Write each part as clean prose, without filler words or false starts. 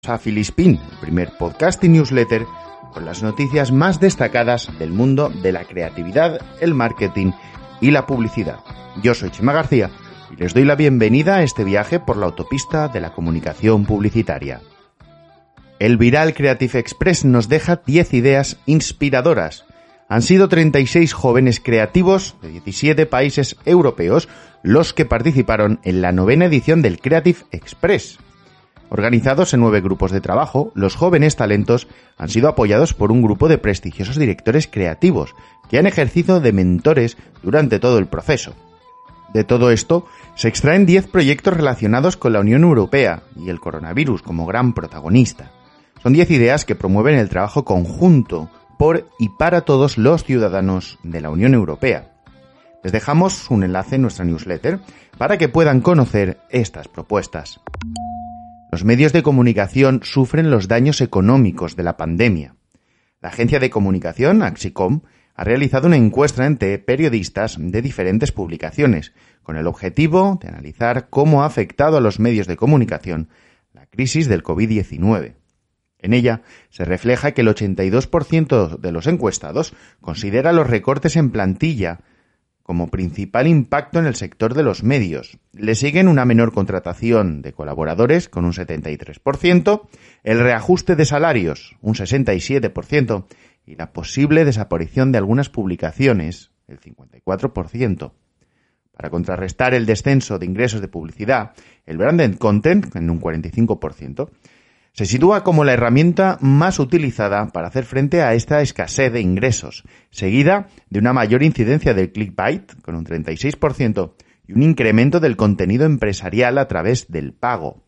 A Filispín, el primer podcast y newsletter con las noticias más destacadas del mundo de la creatividad, el marketing y la publicidad. Yo soy Chema García y les doy la bienvenida a este viaje por la autopista de la comunicación publicitaria. El Viral Creative Express nos deja 10 ideas inspiradoras. Han sido 36 jóvenes creativos de 17 países europeos los que participaron en la 9ª edición del Creative Express. Organizados en 9 grupos de trabajo, los jóvenes talentos han sido apoyados por un grupo de prestigiosos directores creativos que han ejercido de mentores durante todo el proceso. De todo esto, se extraen 10 proyectos relacionados con la Unión Europea y el coronavirus como gran protagonista. Son 10 ideas que promueven el trabajo conjunto por y para todos los ciudadanos de la Unión Europea. Les dejamos un enlace en nuestra newsletter para que puedan conocer estas propuestas. Los medios de comunicación sufren los daños económicos de la pandemia. La agencia de comunicación, Axicom, ha realizado una encuesta entre periodistas de diferentes publicaciones, con el objetivo de analizar cómo ha afectado a los medios de comunicación la crisis del COVID-19. En ella se refleja que el 82% de los encuestados considera los recortes en plantilla como principal impacto en el sector de los medios. Le siguen una menor contratación de colaboradores, con un 73%, el reajuste de salarios, un 67%, y la posible desaparición de algunas publicaciones, el 54%. Para contrarrestar el descenso de ingresos de publicidad, el branded content, en un 45%, se sitúa como la herramienta más utilizada para hacer frente a esta escasez de ingresos, seguida de una mayor incidencia del clickbait, con un 36%, y un incremento del contenido empresarial a través del pago.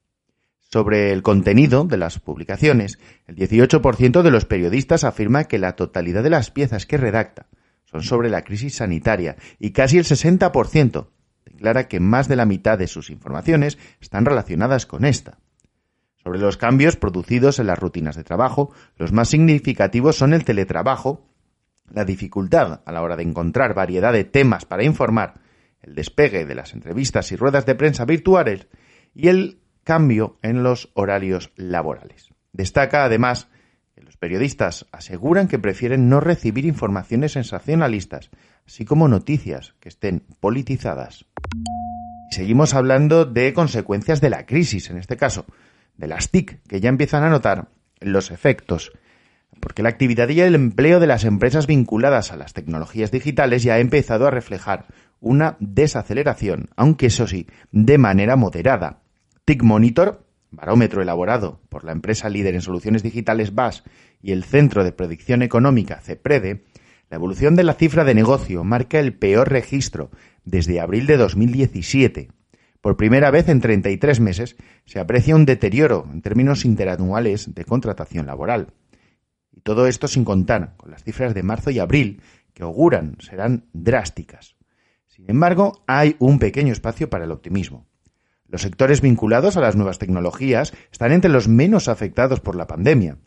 Sobre el contenido de las publicaciones, el 18% de los periodistas afirma que la totalidad de las piezas que redacta son sobre la crisis sanitaria y casi el 60% declara que más de la mitad de sus informaciones están relacionadas con esta. Sobre los cambios producidos en las rutinas de trabajo, los más significativos son el teletrabajo, la dificultad a la hora de encontrar variedad de temas para informar, el despegue de las entrevistas y ruedas de prensa virtuales y el cambio en los horarios laborales. Destaca, además, que los periodistas aseguran que prefieren no recibir informaciones sensacionalistas, así como noticias que estén politizadas. Y seguimos hablando de consecuencias de la crisis, en este caso, de las TIC, que ya empiezan a notar los efectos, porque la actividad y el empleo de las empresas vinculadas a las tecnologías digitales ya ha empezado a reflejar una desaceleración, aunque eso sí, de manera moderada. TIC Monitor, barómetro elaborado por la empresa líder en soluciones digitales BAS y el Centro de Predicción Económica CEPREDE, la evolución de la cifra de negocio marca el peor registro desde abril de 2017. Por primera vez en 33 meses se aprecia un deterioro en términos interanuales de contratación laboral. Y todo esto sin contar con las cifras de marzo y abril, que auguran serán drásticas. Sin embargo, hay un pequeño espacio para el optimismo. Los sectores vinculados a las nuevas tecnologías están entre los menos afectados por la pandemia.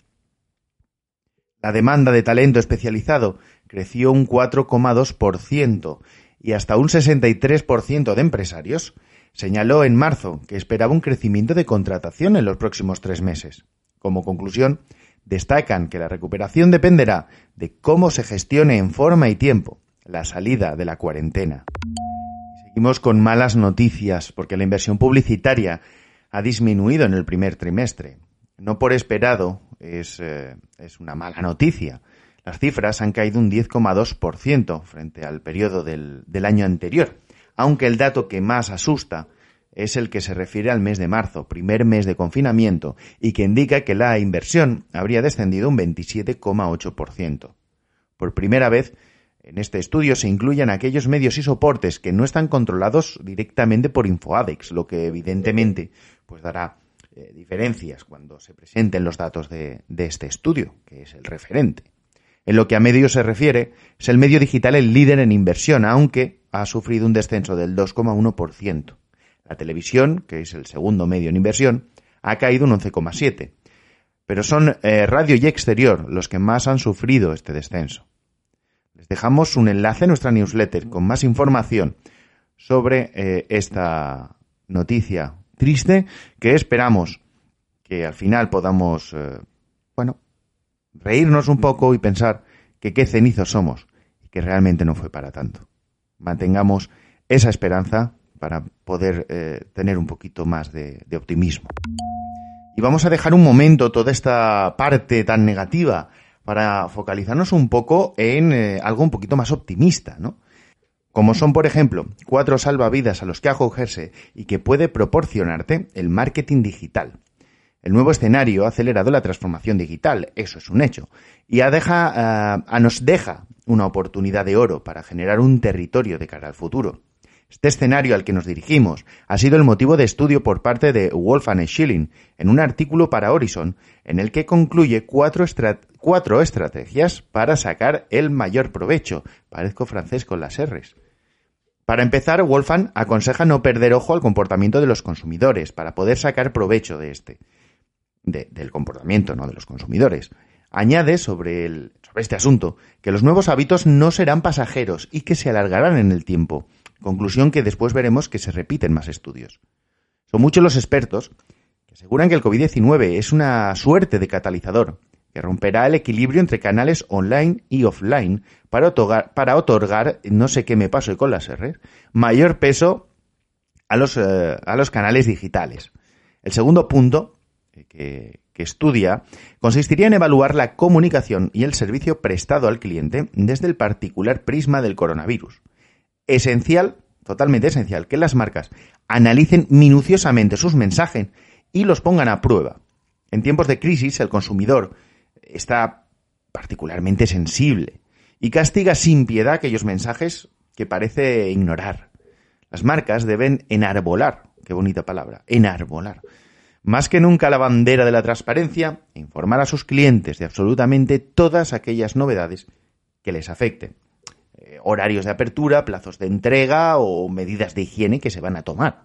La demanda de talento especializado creció un 4,2% y hasta un 63% de empresarios señaló en marzo que esperaba un crecimiento de contratación en los próximos 3 meses. Como conclusión, destacan que la recuperación dependerá de cómo se gestione en forma y tiempo la salida de la cuarentena. Seguimos con malas noticias porque la inversión publicitaria ha disminuido en el primer trimestre. No por esperado, es una mala noticia. Las cifras han caído un 10,2% frente al periodo del año anterior, aunque el dato que más asusta es el que se refiere al mes de marzo, primer mes de confinamiento, y que indica que la inversión habría descendido un 27,8%. Por primera vez, en este estudio se incluyen aquellos medios y soportes que no están controlados directamente por InfoAdex, lo que evidentemente pues dará diferencias cuando se presenten los datos de este estudio, que es el referente. En lo que a medios se refiere, es el medio digital el líder en inversión, aunque ha sufrido un descenso del 2,1%. La televisión, que es el segundo medio en inversión, ha caído un 11,7%. Pero son radio y exterior los que más han sufrido este descenso. Les dejamos un enlace en nuestra newsletter con más información sobre esta noticia triste que esperamos que al final podamos, reírnos un poco y pensar que qué cenizos somos y que realmente no fue para tanto. Mantengamos esa esperanza para poder tener un poquito más de optimismo. Y vamos a dejar un momento toda esta parte tan negativa para focalizarnos un poco en algo un poquito más optimista, ¿no? Como son, por ejemplo, 4 salvavidas a los que acogerse y que puede proporcionarte el marketing digital. El nuevo escenario ha acelerado la transformación digital, eso es un hecho, y nos deja una oportunidad de oro para generar un territorio de cara al futuro. Este escenario al que nos dirigimos ha sido el motivo de estudio por parte de Wolfgang Schilling en un artículo para Horizon, en el que concluye 4 estrategias para sacar el mayor provecho. Parezco francés con las R's. Para empezar, Wolfgang aconseja no perder ojo al comportamiento de los consumidores para poder sacar provecho de del comportamiento, ¿no?, de los consumidores. Añade sobre este asunto que los nuevos hábitos no serán pasajeros y que se alargarán en el tiempo. Conclusión que después veremos que se repiten más estudios. Son muchos los expertos que aseguran que el COVID-19 es una suerte de catalizador que romperá el equilibrio entre canales online y offline para otorgar, no sé qué me paso con las R, mayor peso a los canales digitales. El segundo punto que estudia consistiría en evaluar la comunicación y el servicio prestado al cliente desde el particular prisma del coronavirus. Esencial, totalmente esencial, que las marcas analicen minuciosamente sus mensajes y los pongan a prueba. En tiempos de crisis, el consumidor está particularmente sensible y castiga sin piedad aquellos mensajes que parece ignorar. Las marcas deben enarbolar, qué bonita palabra, enarbolar, más que nunca la bandera de la transparencia e informar a sus clientes de absolutamente todas aquellas novedades que les afecten. Horarios de apertura, plazos de entrega o medidas de higiene que se van a tomar.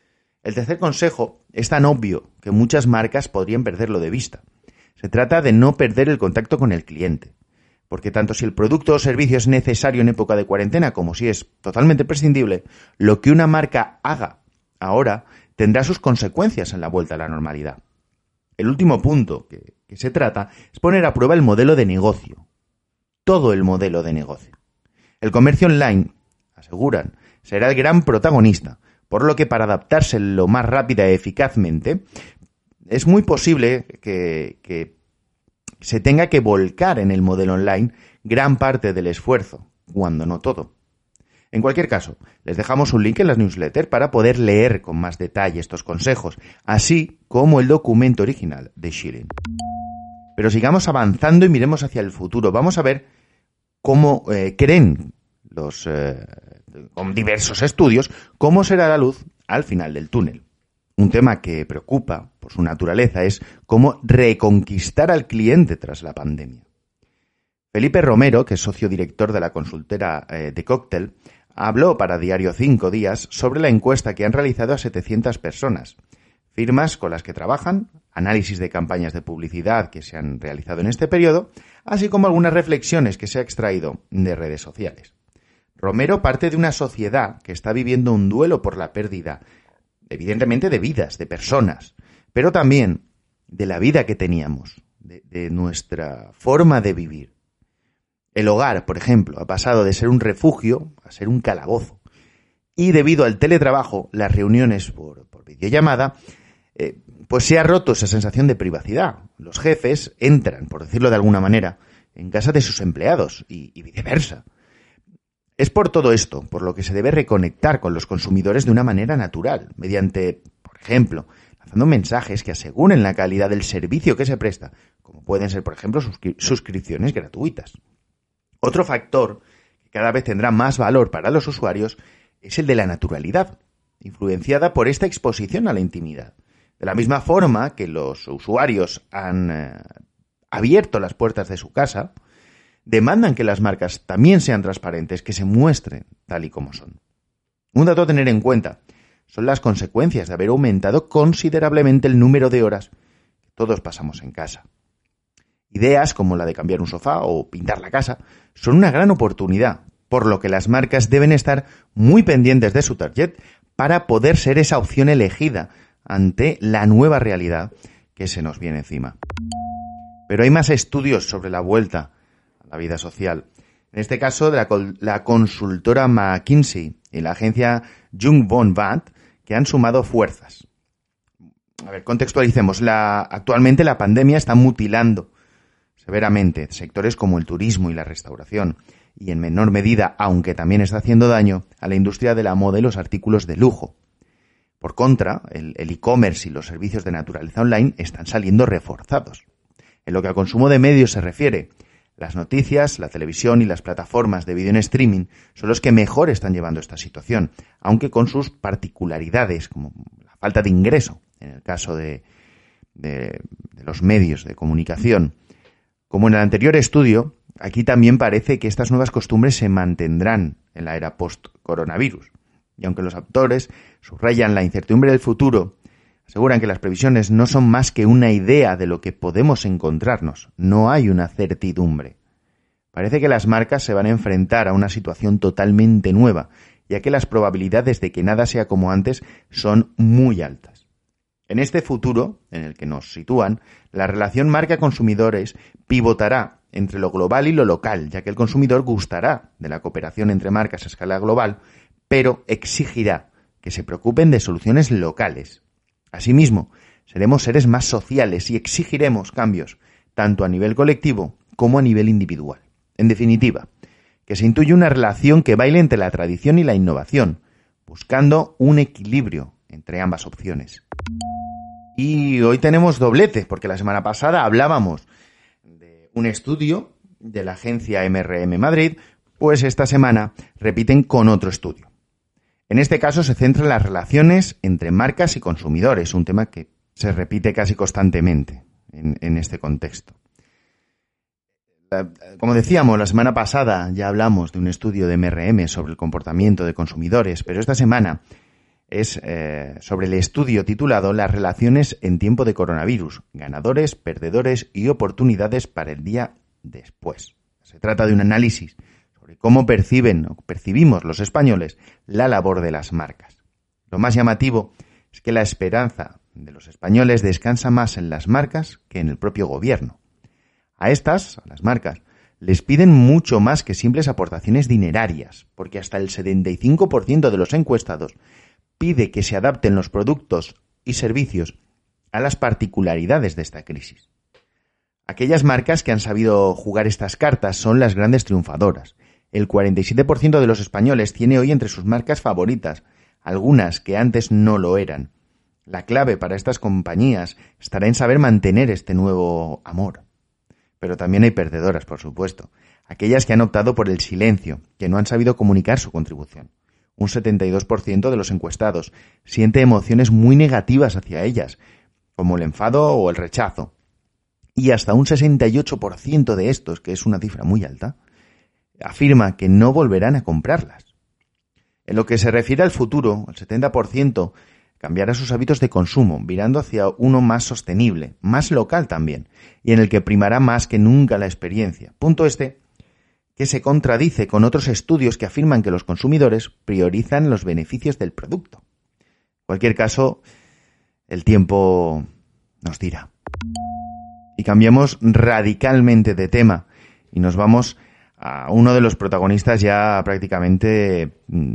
El tercer consejo es tan obvio que muchas marcas podrían perderlo de vista. Se trata de no perder el contacto con el cliente, porque tanto si el producto o servicio es necesario en época de cuarentena como si es totalmente prescindible, lo que una marca haga ahora tendrá sus consecuencias en la vuelta a la normalidad. El último punto que se trata es poner a prueba el modelo de negocio. Todo el modelo de negocio. El comercio online, aseguran, será el gran protagonista, por lo que para adaptarse lo más rápida y eficazmente, es muy posible que se tenga que volcar en el modelo online gran parte del esfuerzo, cuando no todo. En cualquier caso, les dejamos un link en las newsletters para poder leer con más detalle estos consejos, así como el documento original de Schilling. Pero sigamos avanzando y miremos hacia el futuro. Vamos a ver cómo creen con diversos estudios cómo será la luz al final del túnel. Un tema que preocupa por su naturaleza es cómo reconquistar al cliente tras la pandemia. Felipe Romero, que es socio director de la consultora de Cocktail, habló para Diario 5 Días sobre la encuesta que han realizado a 700 personas, firmas con las que trabajan, análisis de campañas de publicidad que se han realizado en este periodo, así como algunas reflexiones que se ha extraído de redes sociales. Romero parte de una sociedad que está viviendo un duelo por la pérdida, evidentemente de vidas, de personas, pero también de la vida que teníamos, de nuestra forma de vivir. El hogar, por ejemplo, ha pasado de ser un refugio a ser un calabozo. Y debido al teletrabajo, las reuniones por videollamada, pues se ha roto esa sensación de privacidad. Los jefes entran, por decirlo de alguna manera, en casa de sus empleados y viceversa. Es por todo esto por lo que se debe reconectar con los consumidores de una manera natural, mediante, por ejemplo, lanzando mensajes que aseguren la calidad del servicio que se presta, como pueden ser, por ejemplo, suscripciones gratuitas. Otro factor que cada vez tendrá más valor para los usuarios es el de la naturalidad, influenciada por esta exposición a la intimidad. De la misma forma que los usuarios han abierto las puertas de su casa, demandan que las marcas también sean transparentes, que se muestren tal y como son. Un dato a tener en cuenta son las consecuencias de haber aumentado considerablemente el número de horas que todos pasamos en casa. Ideas como la de cambiar un sofá o pintar la casa son una gran oportunidad, por lo que las marcas deben estar muy pendientes de su target para poder ser esa opción elegida ante la nueva realidad que se nos viene encima. Pero hay más estudios sobre la vuelta a la vida social. En este caso, de la consultora McKinsey y la agencia Jung von Watt, que han sumado fuerzas. A ver, contextualicemos. Actualmente la pandemia está mutilando severamente sectores como el turismo y la restauración, y en menor medida, aunque también está haciendo daño, a la industria de la moda y los artículos de lujo. Por contra, el e-commerce y los servicios de naturaleza online están saliendo reforzados. En lo que a consumo de medios se refiere, las noticias, la televisión y las plataformas de vídeo en streaming son los que mejor están llevando esta situación, aunque con sus particularidades, como la falta de ingreso, en el caso de los medios de comunicación. Como en el anterior estudio, aquí también parece que estas nuevas costumbres se mantendrán en la era post-coronavirus. Y aunque los autores subrayan la incertidumbre del futuro, aseguran que las previsiones no son más que una idea de lo que podemos encontrarnos. No hay una certidumbre. Parece que las marcas se van a enfrentar a una situación totalmente nueva, ya que las probabilidades de que nada sea como antes son muy altas. En este futuro, en el que nos sitúan, la relación marca-consumidores pivotará entre lo global y lo local, ya que el consumidor gustará de la cooperación entre marcas a escala global, pero exigirá que se preocupen de soluciones locales. Asimismo, seremos seres más sociales y exigiremos cambios, tanto a nivel colectivo como a nivel individual. En definitiva, que se intuye una relación que baile entre la tradición y la innovación, buscando un equilibrio entre ambas opciones. Y hoy tenemos doblete, porque la semana pasada hablábamos de un estudio de la agencia MRM Madrid, pues esta semana repiten con otro estudio. En este caso se centra en las relaciones entre marcas y consumidores, un tema que se repite casi constantemente en este contexto. Como decíamos, la semana pasada ya hablamos de un estudio de MRM sobre el comportamiento de consumidores, pero esta semana es sobre el estudio titulado Las relaciones en tiempo de coronavirus, ganadores, perdedores y oportunidades para el día después. Se trata de un análisis sobre cómo percibimos los españoles la labor de las marcas. Lo más llamativo es que la esperanza de los españoles descansa más en las marcas que en el propio gobierno. A las marcas, les piden mucho más que simples aportaciones dinerarias, porque hasta el 75% de los encuestados pide que se adapten los productos y servicios a las particularidades de esta crisis. Aquellas marcas que han sabido jugar estas cartas son las grandes triunfadoras. El 47% de los españoles tiene hoy entre sus marcas favoritas, algunas que antes no lo eran. La clave para estas compañías estará en saber mantener este nuevo amor. Pero también hay perdedoras, por supuesto. Aquellas que han optado por el silencio, que no han sabido comunicar su contribución. Un 72% de los encuestados siente emociones muy negativas hacia ellas, como el enfado o el rechazo. Y hasta un 68% de estos, que es una cifra muy alta, afirma que no volverán a comprarlas. En lo que se refiere al futuro, el 70% cambiará sus hábitos de consumo, virando hacia uno más sostenible, más local también, y en el que primará más que nunca la experiencia. Punto que se contradice con otros estudios que afirman que los consumidores priorizan los beneficios del producto. En cualquier caso, el tiempo nos dirá. Y cambiamos radicalmente de tema y nos vamos a uno de los protagonistas ya prácticamente,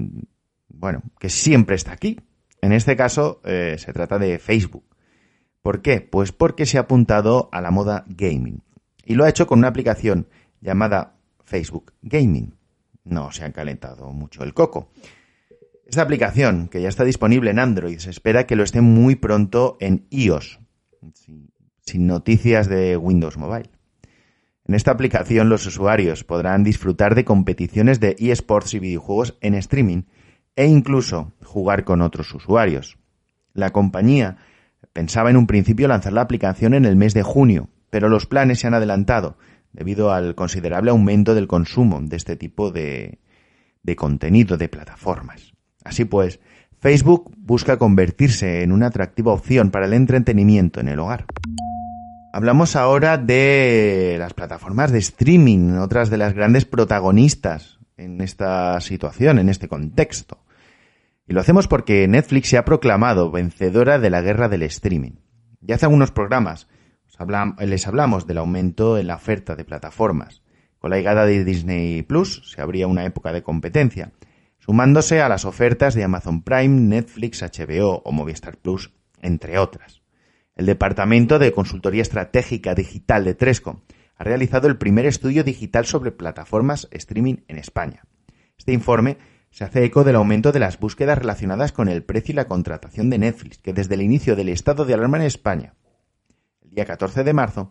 que siempre está aquí. En este caso se trata de Facebook. ¿Por qué? Pues porque se ha apuntado a la moda gaming. Y lo ha hecho con una aplicación llamada Facebook Gaming. No se ha calentado mucho el coco. Esta aplicación, que ya está disponible en Android, se espera que lo esté muy pronto en iOS, sin noticias de Windows Mobile. En esta aplicación los usuarios podrán disfrutar de competiciones de eSports y videojuegos en streaming e incluso jugar con otros usuarios. La compañía pensaba en un principio lanzar la aplicación en el mes de junio, pero los planes se han adelantado debido al considerable aumento del consumo de este tipo de contenido de plataformas. Así pues, Facebook busca convertirse en una atractiva opción para el entretenimiento en el hogar. Hablamos ahora de las plataformas de streaming, otras de las grandes protagonistas en esta situación, en este contexto. Y lo hacemos porque Netflix se ha proclamado vencedora de la guerra del streaming. Ya hace algunos programas les hablamos del aumento en la oferta de plataformas. Con la llegada de Disney Plus se abría una época de competencia, sumándose a las ofertas de Amazon Prime, Netflix, HBO o Movistar Plus, entre otras. El Departamento de Consultoría Estratégica Digital de Tresco ha realizado el primer estudio digital sobre plataformas streaming en España. Este informe se hace eco del aumento de las búsquedas relacionadas con el precio y la contratación de Netflix, que desde el inicio del estado de alarma en España, el día 14 de marzo,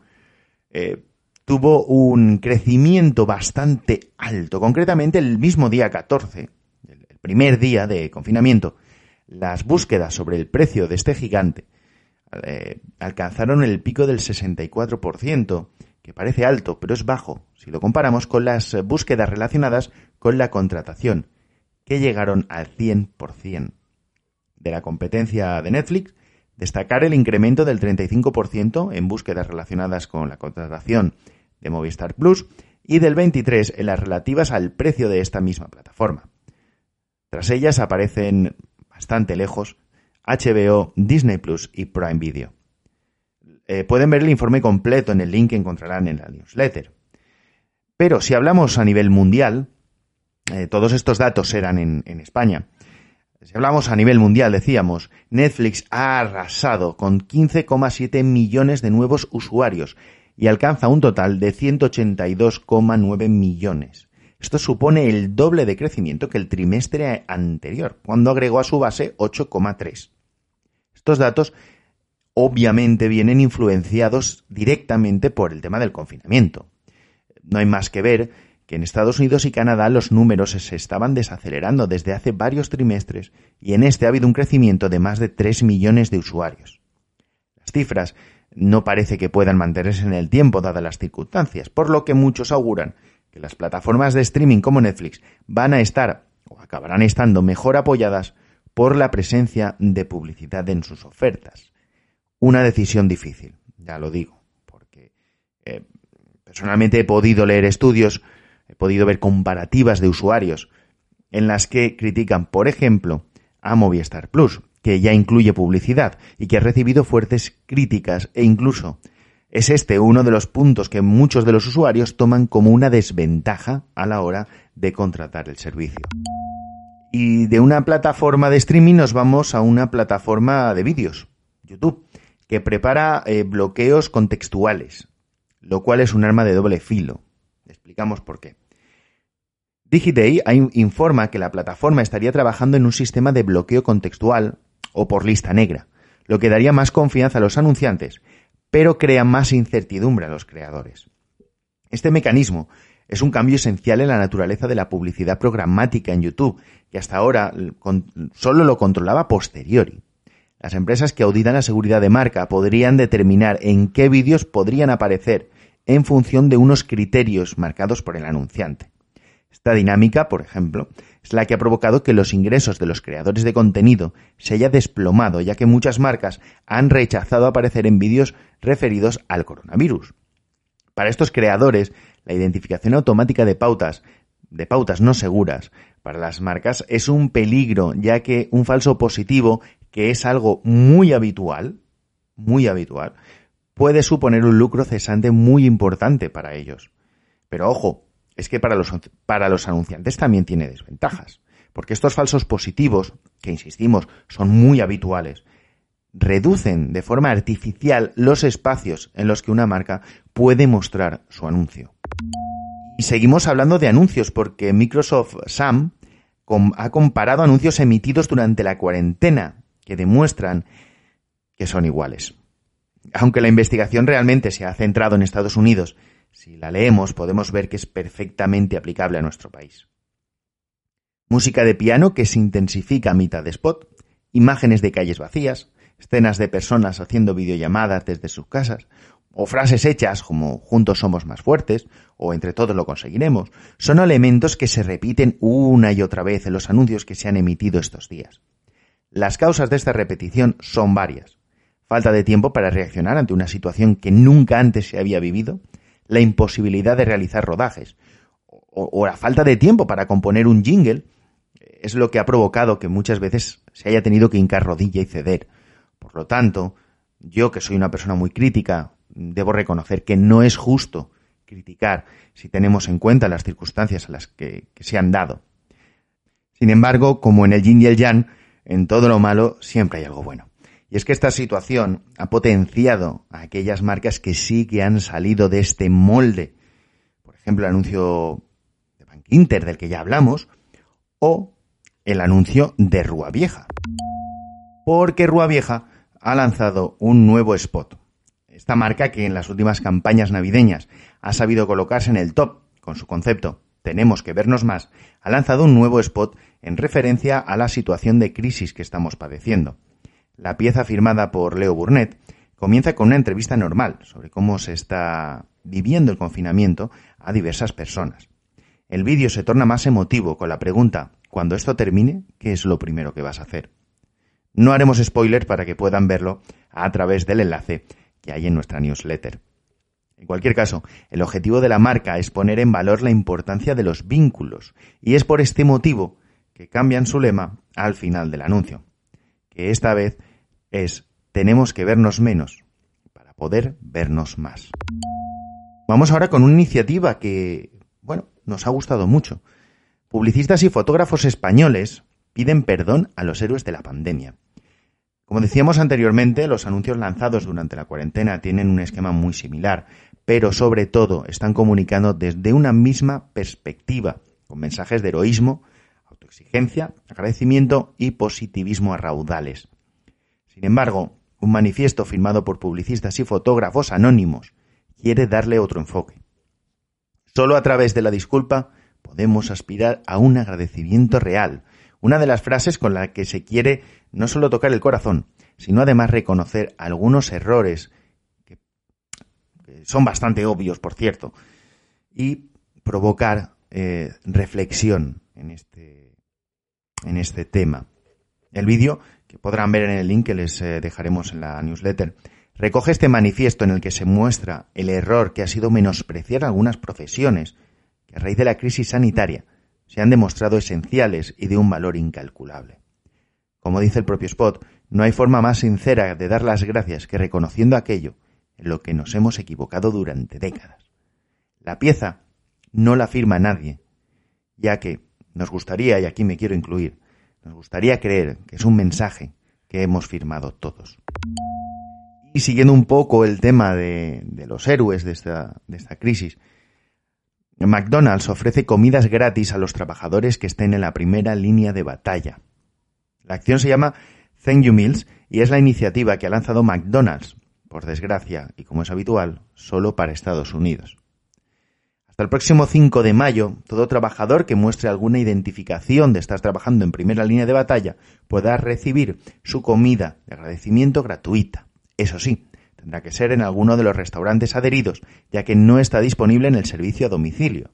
tuvo un crecimiento bastante alto. Concretamente, el mismo día 14, el primer día de confinamiento, las búsquedas sobre el precio de este gigante alcanzaron el pico del 64%, que parece alto, pero es bajo si lo comparamos con las búsquedas relacionadas con la contratación, que llegaron al 100%. De la competencia de Netflix, destacar el incremento del 35% en búsquedas relacionadas con la contratación de Movistar Plus y del 23% en las relativas al precio de esta misma plataforma. Tras ellas aparecen bastante lejos HBO, Disney Plus y Prime Video. Pueden ver el informe completo en el link que encontrarán en la newsletter. Pero si hablamos a nivel mundial, todos estos datos eran en España. Si hablamos a nivel mundial, decíamos, Netflix ha arrasado con 15,7 millones de nuevos usuarios y alcanza un total de 182,9 millones. Esto supone el doble de crecimiento que el trimestre anterior, cuando agregó a su base 8,3. Estos datos obviamente vienen influenciados directamente por el tema del confinamiento. No hay más que ver que en Estados Unidos y Canadá los números se estaban desacelerando desde hace varios trimestres y en este ha habido un crecimiento de más de 3 millones de usuarios. Las cifras no parece que puedan mantenerse en el tiempo dadas las circunstancias, por lo que muchos auguran que las plataformas de streaming como Netflix van a estar o acabarán estando mejor apoyadas por la presencia de publicidad en sus ofertas. Una decisión difícil, ya lo digo, porque personalmente he podido leer estudios, he podido ver comparativas de usuarios en las que critican, por ejemplo, a Movistar Plus, que ya incluye publicidad y que ha recibido fuertes críticas e incluso es este uno de los puntos que muchos de los usuarios toman como una desventaja a la hora de contratar el servicio. Y de una plataforma de streaming nos vamos a una plataforma de vídeos, YouTube, que prepara bloqueos contextuales, lo cual es un arma de doble filo. Explicamos por qué. Digiday informa que la plataforma estaría trabajando en un sistema de bloqueo contextual o por lista negra, lo que daría más confianza a los anunciantes, pero crea más incertidumbre a los creadores. Este mecanismo es un cambio esencial en la naturaleza de la publicidad programática en YouTube, que hasta ahora solo lo controlaba a posteriori. Las empresas que auditan la seguridad de marca podrían determinar en qué vídeos podrían aparecer en función de unos criterios marcados por el anunciante. Esta dinámica, por ejemplo, es la que ha provocado que los ingresos de los creadores de contenido se haya desplomado, ya que muchas marcas han rechazado aparecer en vídeos referidos al coronavirus. Para estos creadores, la identificación automática de pautas no seguras para las marcas es un peligro, ya que un falso positivo, que es algo muy habitual, puede suponer un lucro cesante muy importante para ellos. Pero ojo, es que para los anunciantes también tiene desventajas, porque estos falsos positivos, que insistimos, son muy habituales, reducen de forma artificial los espacios en los que una marca puede mostrar su anuncio. Y seguimos hablando de anuncios, porque Microsoft SAM ha comparado anuncios emitidos durante la cuarentena, que demuestran que son iguales. Aunque la investigación realmente se ha centrado en Estados Unidos, si la leemos podemos ver que es perfectamente aplicable a nuestro país. Música de piano que se intensifica a mitad de spot, imágenes de calles vacías, escenas de personas haciendo videollamadas desde sus casas, o frases hechas como juntos somos más fuertes, o entre todos lo conseguiremos, son elementos que se repiten una y otra vez en los anuncios que se han emitido estos días. Las causas de esta repetición son varias. Falta de tiempo para reaccionar ante una situación que nunca antes se había vivido, la imposibilidad de realizar rodajes, o la falta de tiempo para componer un jingle, es lo que ha provocado que muchas veces se haya tenido que hincar rodilla y ceder. Por lo tanto, yo, que soy una persona muy crítica, debo reconocer que no es justo criticar si tenemos en cuenta las circunstancias a las que se han dado. Sin embargo, como en el yin y el yang, en todo lo malo siempre hay algo bueno. Y es que esta situación ha potenciado a aquellas marcas que sí que han salido de este molde. Por ejemplo, el anuncio de Bank Inter, del que ya hablamos, o el anuncio de Rúa Vieja. Porque Rúa Vieja ha lanzado un nuevo spot. Esta marca, que en las últimas campañas navideñas ha sabido colocarse en el top con su concepto Tenemos que vernos más, ha lanzado un nuevo spot en referencia a la situación de crisis que estamos padeciendo. La pieza, firmada por Leo Burnett, comienza con una entrevista normal sobre cómo se está viviendo el confinamiento a diversas personas. El vídeo se torna más emotivo con la pregunta: cuando esto termine, ¿qué es lo primero que vas a hacer? No haremos spoiler para que puedan verlo a través del enlace que hay en nuestra newsletter. En cualquier caso, el objetivo de la marca es poner en valor la importancia de los vínculos, y es por este motivo que cambian su lema al final del anuncio, que esta vez es: tenemos que vernos menos para poder vernos más. Vamos ahora con una iniciativa que, nos ha gustado mucho. Publicistas y fotógrafos españoles piden perdón a los héroes de la pandemia. Como decíamos anteriormente, los anuncios lanzados durante la cuarentena tienen un esquema muy similar, pero sobre todo están comunicando desde una misma perspectiva, con mensajes de heroísmo, autoexigencia, agradecimiento y positivismo a raudales. Sin embargo, un manifiesto firmado por publicistas y fotógrafos anónimos quiere darle otro enfoque. Solo a través de la disculpa podemos aspirar a un agradecimiento real, una de las frases con la que se quiere no solo tocar el corazón, sino además reconocer algunos errores, que son bastante obvios, por cierto, y provocar reflexión en este tema. El vídeo, que podrán ver en el link que les dejaremos en la newsletter, recoge este manifiesto en el que se muestra el error que ha sido menospreciar algunas profesiones que a raíz de la crisis sanitaria se han demostrado esenciales y de un valor incalculable. Como dice el propio spot, no hay forma más sincera de dar las gracias que reconociendo aquello en lo que nos hemos equivocado durante décadas. La pieza no la firma nadie, ya que nos gustaría, y aquí me quiero incluir, nos gustaría creer que es un mensaje que hemos firmado todos. Y siguiendo un poco el tema de los héroes de esta crisis, McDonald's ofrece comidas gratis a los trabajadores que estén en la primera línea de batalla. La acción se llama Thank You Meals y es la iniciativa que ha lanzado McDonald's, por desgracia, y como es habitual, solo para Estados Unidos. Hasta el próximo 5 de mayo, todo trabajador que muestre alguna identificación de estar trabajando en primera línea de batalla podrá recibir su comida de agradecimiento gratuita. Eso sí, tendrá que ser en alguno de los restaurantes adheridos, ya que no está disponible en el servicio a domicilio.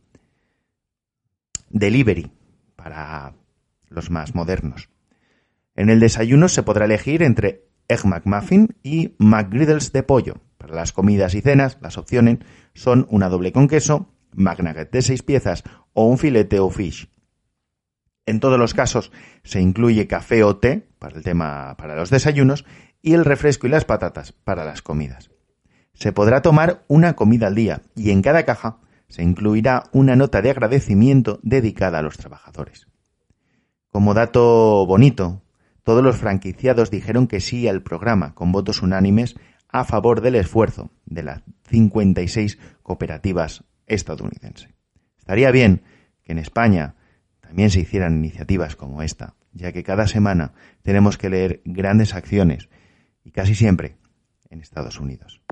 Delivery, para los más modernos. En el desayuno se podrá elegir entre Egg McMuffin y McGriddles de pollo. Para las comidas y cenas, las opciones son una doble con queso, McNugget de 6 piezas o un filete o fish. En todos los casos se incluye café o té para los desayunos y el refresco y las patatas para las comidas. Se podrá tomar una comida al día y en cada caja se incluirá una nota de agradecimiento dedicada a los trabajadores. Como dato bonito, todos los franquiciados dijeron que sí al programa con votos unánimes a favor del esfuerzo de las 56 cooperativas estadounidenses. Estaría bien que en España también se hicieran iniciativas como esta, ya que cada semana tenemos que leer grandes acciones y casi siempre en Estados Unidos.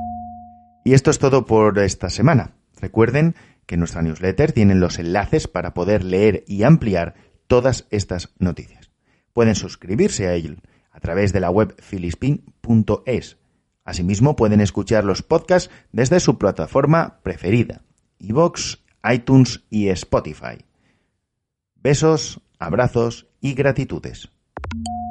Y esto es todo por esta semana. Recuerden que en nuestra newsletter tienen los enlaces para poder leer y ampliar todas estas noticias. Pueden suscribirse a ello a través de la web filispin.es. Asimismo, pueden escuchar los podcasts desde su plataforma preferida, iVoox, iTunes y Spotify. Besos, abrazos y gratitudes.